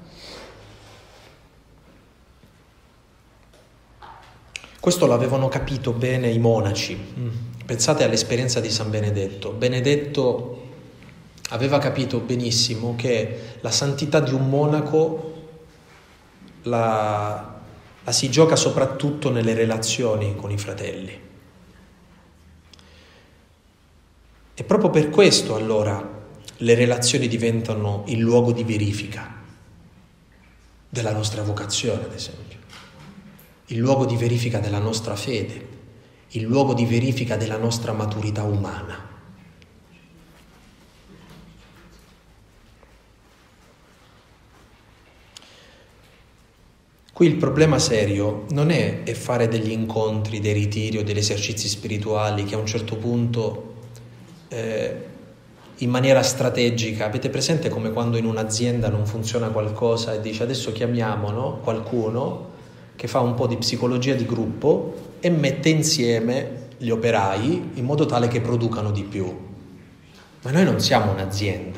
questo l'avevano capito bene i monaci. Pensate all'esperienza di San Benedetto. Benedetto aveva capito benissimo che la santità di un monaco la, la si gioca soprattutto nelle relazioni con i fratelli. E proprio per questo allora le relazioni diventano il luogo di verifica della nostra vocazione, ad esempio, il luogo di verifica della nostra fede, il luogo di verifica della nostra maturità umana. Qui il problema serio non è, è fare degli incontri, dei ritiri o degli esercizi spirituali che a un certo punto eh, in maniera strategica, avete presente come quando in un'azienda non funziona qualcosa e dice adesso chiamiamo, no? qualcuno che fa un po' di psicologia di gruppo e mette insieme gli operai in modo tale che producano di più. Ma noi non siamo un'azienda.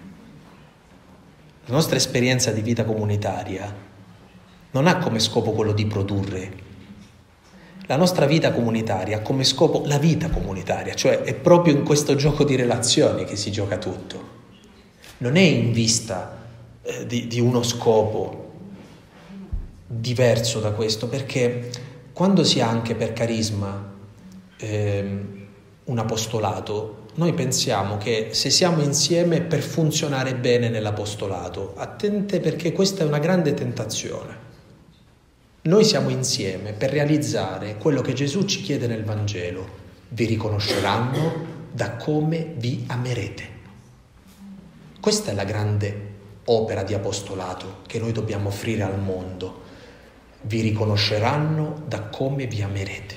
La nostra esperienza di vita comunitaria non ha come scopo quello di produrre. La nostra vita comunitaria ha come scopo la vita comunitaria, cioè è proprio in questo gioco di relazioni che si gioca tutto. Non è in vista eh, di, di uno scopo diverso da questo, perché quando si ha anche per carisma eh, un apostolato, noi pensiamo che se siamo insieme per funzionare bene nell'apostolato, attente perché questa è una grande tentazione. Noi siamo insieme per realizzare quello che Gesù ci chiede nel Vangelo. Vi riconosceranno da come vi amerete. Questa è la grande opera di apostolato che noi dobbiamo offrire al mondo. Vi riconosceranno da come vi amerete.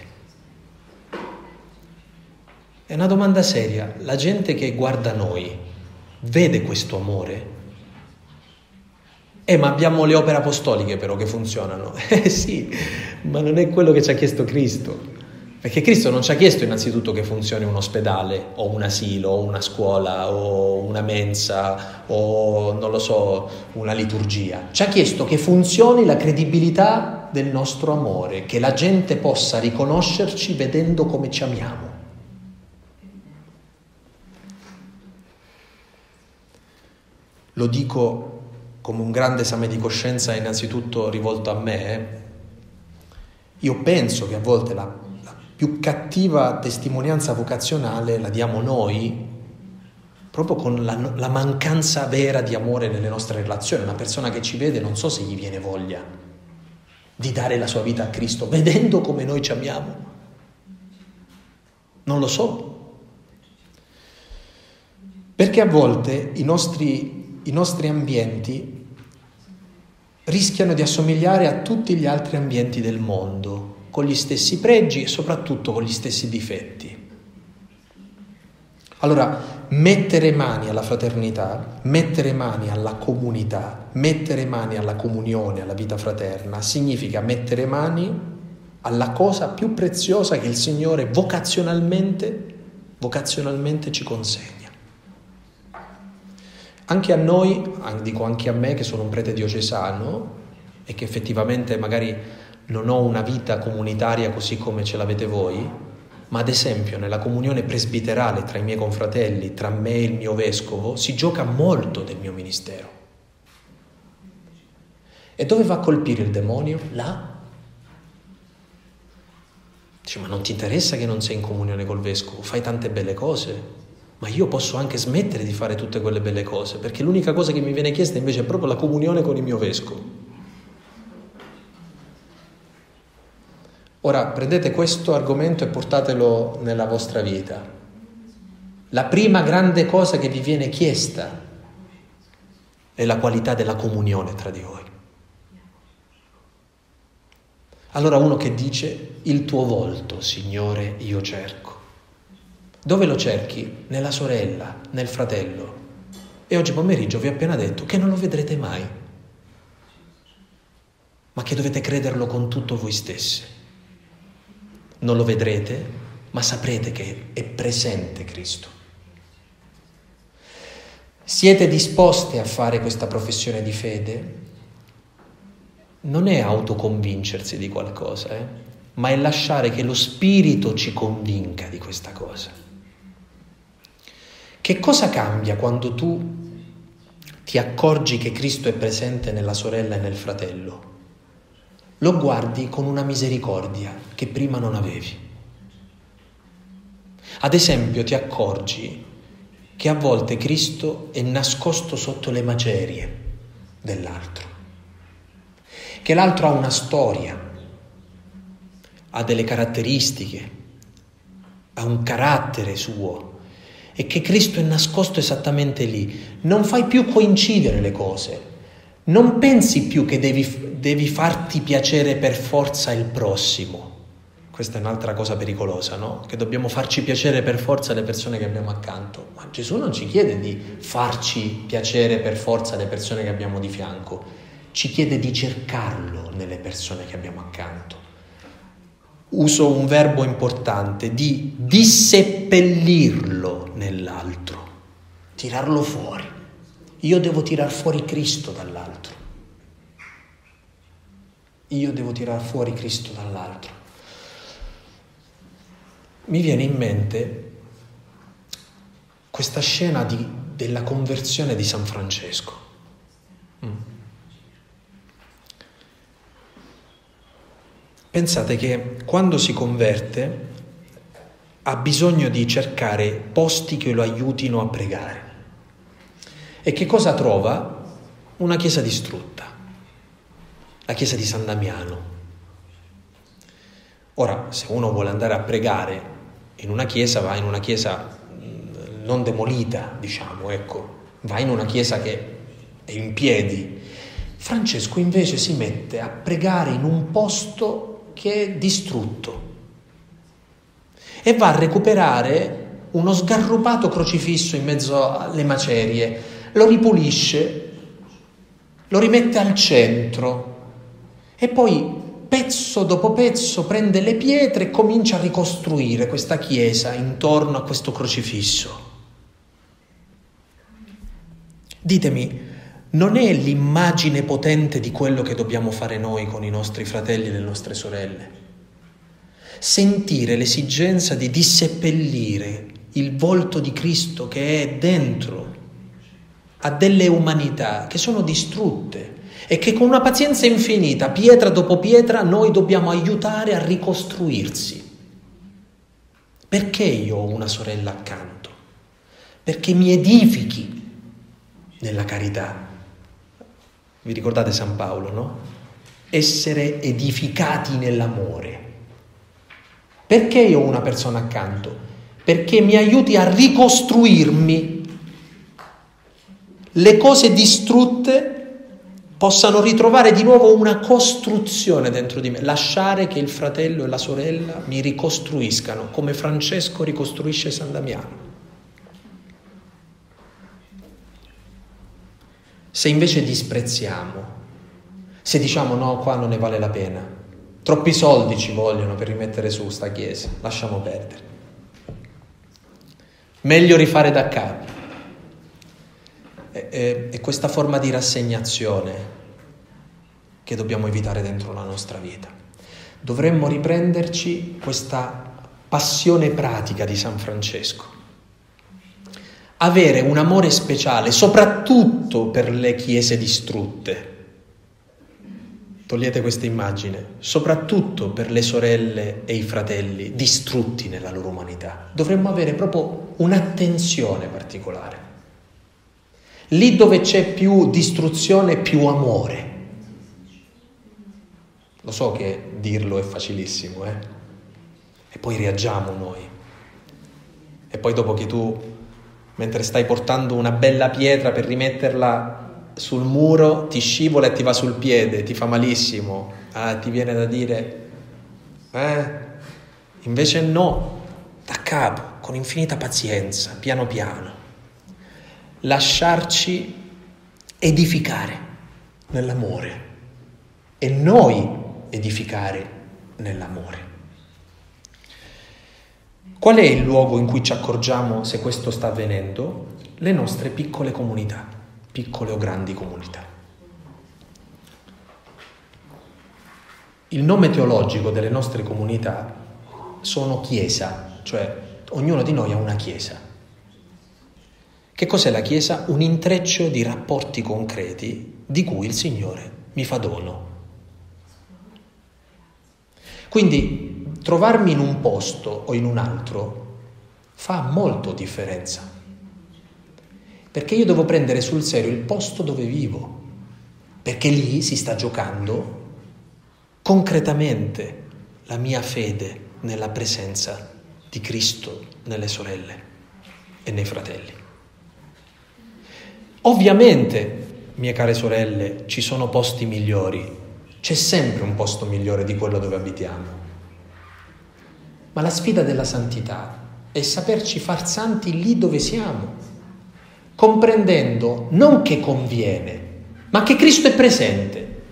È una domanda seria. La gente che guarda noi vede questo amore? Eh, ma abbiamo le opere apostoliche però che funzionano. Eh sì, ma non è quello che ci ha chiesto Cristo. Perché Cristo non ci ha chiesto innanzitutto che funzioni un ospedale, o un asilo, o una scuola, o una mensa, o non lo so, una liturgia. Ci ha chiesto che funzioni la credibilità del nostro amore, che la gente possa riconoscerci vedendo come ci amiamo. Lo dico come un grande esame di coscienza innanzitutto rivolto a me. Eh. Io penso che a volte la, la più cattiva testimonianza vocazionale la diamo noi proprio con la, la mancanza vera di amore nelle nostre relazioni. Una persona che ci vede, non so se gli viene voglia di dare la sua vita a Cristo, vedendo come noi ci amiamo. Non lo so. Perché a volte i nostri I nostri ambienti rischiano di assomigliare a tutti gli altri ambienti del mondo, con gli stessi pregi e soprattutto con gli stessi difetti. Allora, mettere mani alla fraternità, mettere mani alla comunità, mettere mani alla comunione, alla vita fraterna, significa mettere mani alla cosa più preziosa che il Signore vocazionalmente, vocazionalmente ci consegna. Anche a noi, dico anche a me che sono un prete diocesano e che effettivamente magari non ho una vita comunitaria così come ce l'avete voi, ma ad esempio nella comunione presbiterale tra i miei confratelli, tra me e il mio vescovo, si gioca molto del mio ministero. E dove va a colpire il demonio? Là. Dice, ma non ti interessa che non sei in comunione col vescovo? Fai tante belle cose. Ma io posso anche smettere di fare tutte quelle belle cose, perché l'unica cosa che mi viene chiesta invece è proprio la comunione con il mio vescovo. Ora, prendete questo argomento e portatelo nella vostra vita. La prima grande cosa che vi viene chiesta è la qualità della comunione tra di voi. Allora uno che dice, il tuo volto, Signore, io cerco. Dove lo cerchi? Nella sorella, nel fratello. E oggi pomeriggio vi ho appena detto che non lo vedrete mai, ma che dovete crederlo con tutto voi stessi. Non lo vedrete, ma saprete che è presente Cristo. Siete disposte a fare questa professione di fede? Non è autoconvincersi di qualcosa, eh? ma è lasciare che lo Spirito ci convinca di questa cosa. Che cosa cambia quando tu ti accorgi che Cristo è presente nella sorella e nel fratello? lo guardi con una misericordia che prima non avevi. Ad esempio, ti accorgi che a volte Cristo è nascosto sotto le macerie dell'altro, che l'altro ha una storia, ha delle caratteristiche, ha un carattere suo, e che Cristo è nascosto esattamente lì. Non fai più coincidere le cose, non pensi più che devi, devi farti piacere per forza il prossimo. Questa è un'altra cosa pericolosa, no? Che dobbiamo farci piacere per forza le persone che abbiamo accanto. Ma Gesù non ci chiede di farci piacere per forza le persone che abbiamo di fianco, ci chiede di cercarlo nelle persone che abbiamo accanto. Uso un verbo importante, di disseppellirlo nell'altro, tirarlo fuori. Io devo tirar fuori Cristo dall'altro. Io devo tirar fuori Cristo dall'altro. Mi viene in mente questa scena di, della conversione di San Francesco. Mm. Pensate che quando si converte ha bisogno di cercare posti che lo aiutino a pregare. E che cosa trova? Una chiesa distrutta, la chiesa di San Damiano. Ora, se uno vuole andare a pregare in una chiesa, va in una chiesa non demolita, diciamo, ecco, va in una chiesa che è in piedi. Francesco invece si mette a pregare in un posto che è distrutto e va a recuperare uno sgarrupato crocifisso in mezzo alle macerie, lo ripulisce, lo rimette al centro e poi pezzo dopo pezzo prende le pietre e comincia a ricostruire questa chiesa intorno a questo crocifisso. Ditemi, non è l'immagine potente di quello che dobbiamo fare noi con i nostri fratelli e le nostre sorelle? Sentire l'esigenza di disseppellire il volto di Cristo che è dentro a delle umanità che sono distrutte e che con una pazienza infinita, pietra dopo pietra, noi dobbiamo aiutare a ricostruirsi. Perché io ho una sorella accanto? Perché mi edifichi nella carità. Vi ricordate San Paolo, no? Essere edificati nell'amore. Perché io ho una persona accanto? Perché mi aiuti a ricostruirmi. Le cose distrutte possano ritrovare di nuovo una costruzione dentro di me. Lasciare che il fratello e la sorella mi ricostruiscano, come Francesco ricostruisce San Damiano. Se invece disprezziamo, se diciamo no, qua non ne vale la pena, troppi soldi ci vogliono per rimettere su sta chiesa, lasciamo perdere. Meglio rifare da capo. E, e, e questa forma di rassegnazione che dobbiamo evitare dentro la nostra vita. Dovremmo riprenderci questa passione pratica di San Francesco. Avere un amore speciale, soprattutto per le chiese distrutte. Togliete questa immagine, soprattutto per le sorelle e i fratelli distrutti nella loro umanità. Dovremmo avere proprio un'attenzione particolare. Lì dove c'è più distruzione, più amore. Lo so che dirlo è facilissimo, eh? E poi reagiamo noi. E poi dopo che tu, mentre stai portando una bella pietra per rimetterla sul muro, ti scivola e ti va sul piede, ti fa malissimo. Ah, ti viene da dire, eh? Invece no, da capo, con infinita pazienza, piano piano. Lasciarci edificare nell'amore e noi edificare nell'amore. Qual è il luogo in cui ci accorgiamo se questo sta avvenendo? Le nostre piccole comunità, piccole o grandi comunità. Il nome teologico delle nostre comunità sono chiesa, cioè ognuno di noi ha una chiesa. Che cos'è la chiesa? Un intreccio di rapporti concreti di cui il Signore mi fa dono. Quindi trovarmi in un posto o in un altro fa molto differenza, perché io devo prendere sul serio il posto dove vivo, perché lì si sta giocando concretamente la mia fede nella presenza di Cristo nelle sorelle e nei fratelli. Ovviamente, mie care sorelle, ci sono posti migliori, c'è sempre un posto migliore di quello dove abitiamo, ma la sfida della santità è saperci far santi lì dove siamo, comprendendo non che conviene, ma che Cristo è presente.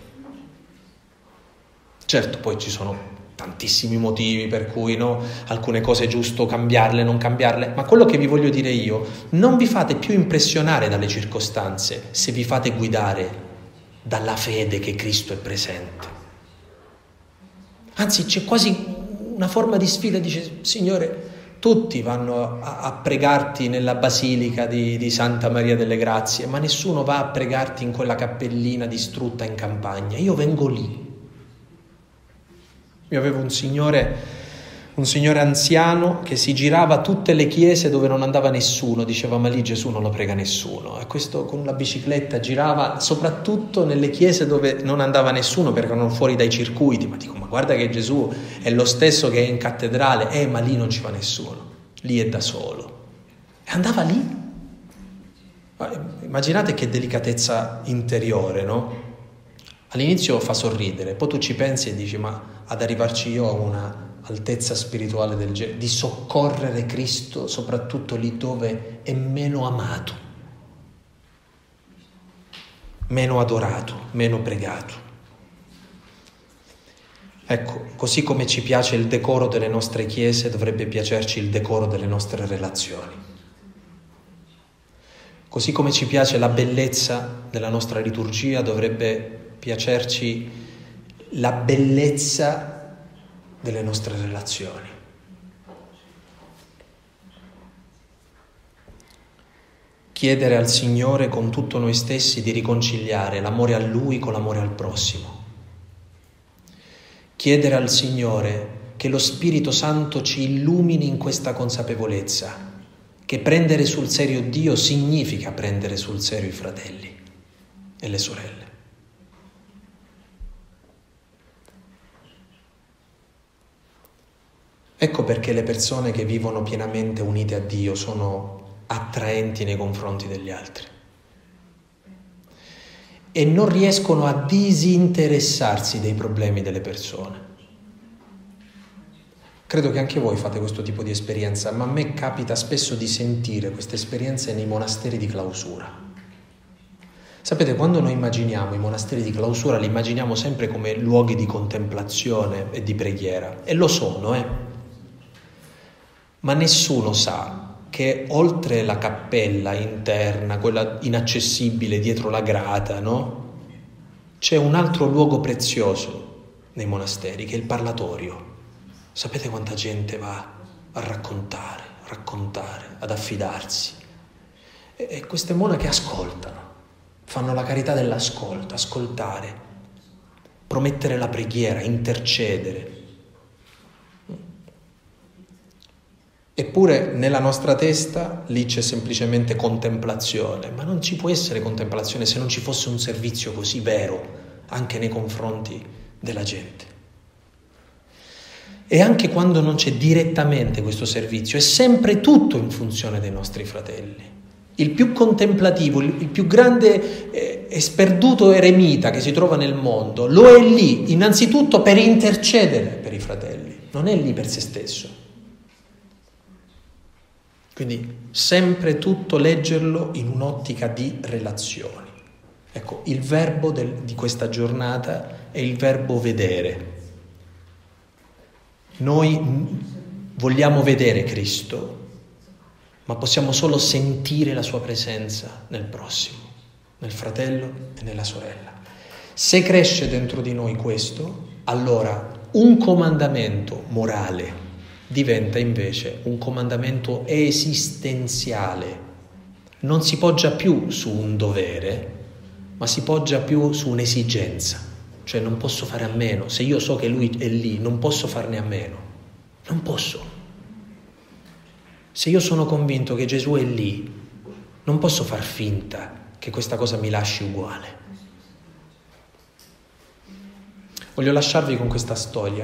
Certo, poi ci sono tantissimi motivi per cui no, alcune cose è giusto cambiarle, non cambiarle, ma quello che vi voglio dire io, non vi fate più impressionare dalle circostanze se vi fate guidare dalla fede che Cristo è presente. Anzi, c'è quasi una forma di sfida, dice: Signore, tutti vanno a, a pregarti nella basilica di, di Santa Maria delle Grazie, ma nessuno va a pregarti in quella cappellina distrutta in campagna. Io vengo lì. Io avevo un signore, un signore anziano che si girava a tutte le chiese dove non andava nessuno, diceva: ma lì Gesù non lo prega nessuno. E questo con la bicicletta girava soprattutto nelle chiese dove non andava nessuno, perché erano fuori dai circuiti. Ma dico: ma guarda che Gesù è lo stesso che è in cattedrale. Eh, ma lì non ci va nessuno, lì è da solo. E andava lì. Immaginate che delicatezza interiore, no? All'inizio fa sorridere, poi tu ci pensi e dici: ma ad arrivarci io a una altezza spirituale del genere, di soccorrere Cristo soprattutto lì dove è meno amato, meno adorato, meno pregato. Ecco, così come ci piace il decoro delle nostre chiese, dovrebbe piacerci il decoro delle nostre relazioni. Così come ci piace la bellezza della nostra liturgia, dovrebbe piacerci la bellezza delle nostre relazioni. Chiedere al Signore con tutto noi stessi di riconciliare l'amore a Lui con l'amore al prossimo. Chiedere al Signore che lo Spirito Santo ci illumini in questa consapevolezza, che prendere sul serio Dio significa prendere sul serio i fratelli e le sorelle. Ecco perché le persone che vivono pienamente unite a Dio sono attraenti nei confronti degli altri e non riescono a disinteressarsi dei problemi delle persone. Credo che anche voi fate questo tipo di esperienza, ma a me capita spesso di sentire queste esperienze nei monasteri di clausura. Sapete, quando noi immaginiamo i monasteri di clausura, li immaginiamo sempre come luoghi di contemplazione e di preghiera, e lo sono, eh? Ma nessuno sa che oltre la cappella interna, quella inaccessibile dietro la grata, no? C'è un altro luogo prezioso nei monasteri, che è il parlatorio. Sapete quanta gente va a raccontare, a raccontare, ad affidarsi? E, e queste monache ascoltano, fanno la carità dell'ascolto, ascoltare, promettere la preghiera, intercedere. Eppure nella nostra testa lì c'è semplicemente contemplazione, ma non ci può essere contemplazione se non ci fosse un servizio così vero anche nei confronti della gente. E anche quando non c'è direttamente questo servizio, è sempre tutto in funzione dei nostri fratelli. Il più contemplativo, il più grande eh, e sperduto eremita che si trova nel mondo, lo è lì innanzitutto per intercedere per i fratelli, non è lì per se stesso. Quindi sempre tutto leggerlo in un'ottica di relazioni. Ecco, il verbo del, di questa giornata è il verbo vedere. Noi vogliamo vedere Cristo, ma possiamo solo sentire la sua presenza nel prossimo, nel fratello e nella sorella. Se cresce dentro di noi questo, allora un comandamento morale diventa invece un comandamento esistenziale. Non si poggia più su un dovere, ma si poggia più su un'esigenza. cioè non posso fare a meno. Se io so che lui è lì, non posso farne a meno. Non posso. Se io sono convinto che Gesù è lì, non posso far finta che questa cosa mi lasci uguale. Voglio lasciarvi con questa storia.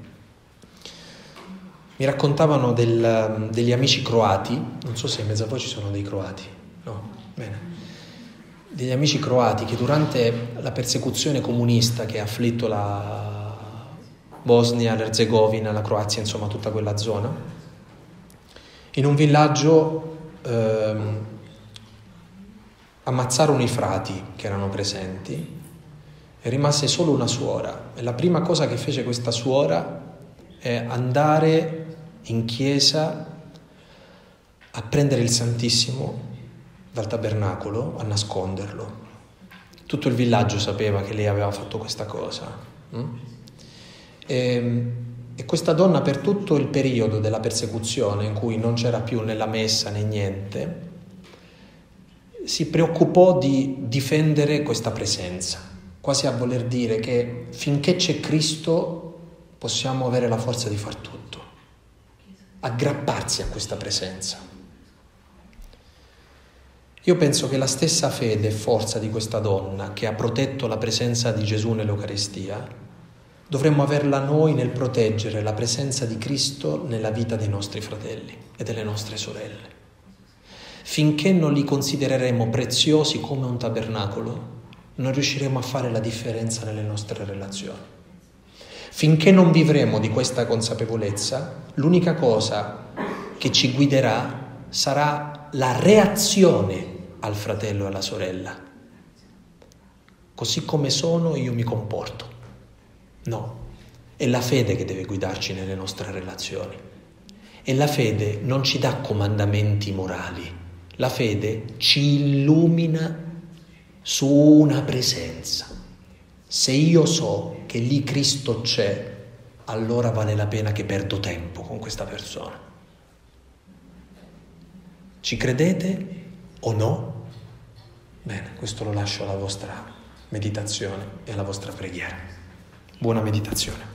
Mi raccontavano del, degli amici croati, non so se in mezzo a voi ci sono dei croati, no? Bene. Degli amici croati che durante la persecuzione comunista che ha afflitto la Bosnia, l'Erzegovina, la Croazia, insomma tutta quella zona, in un villaggio ehm, ammazzarono i frati che erano presenti e rimase solo una suora. E la prima cosa che fece questa suora è andare in chiesa a prendere il Santissimo dal tabernacolo, a nasconderlo. Tutto il villaggio sapeva che lei aveva fatto questa cosa. E, e questa donna, per tutto il periodo della persecuzione, in cui non c'era più né la messa né niente, si preoccupò di difendere questa presenza, quasi a voler dire che finché c'è Cristo possiamo avere la forza di far tutto, aggrapparsi a questa presenza. Io penso che la stessa fede e forza di questa donna che ha protetto la presenza di Gesù nell'Eucaristia dovremmo averla noi nel proteggere la presenza di Cristo nella vita dei nostri fratelli e delle nostre sorelle. Finché non li considereremo preziosi come un tabernacolo, non riusciremo a fare la differenza nelle nostre relazioni. Finché non vivremo di questa consapevolezza, l'unica cosa che ci guiderà sarà la reazione al fratello e alla sorella. Così come sono io mi comporto. No, è la fede che deve guidarci nelle nostre relazioni. E la fede non ci dà comandamenti morali. La fede ci illumina su una presenza. Se io so che lì Cristo c'è, allora vale la pena che perdo tempo con questa persona. Ci credete o no? Bene, questo lo lascio alla vostra meditazione e alla vostra preghiera. Buona meditazione.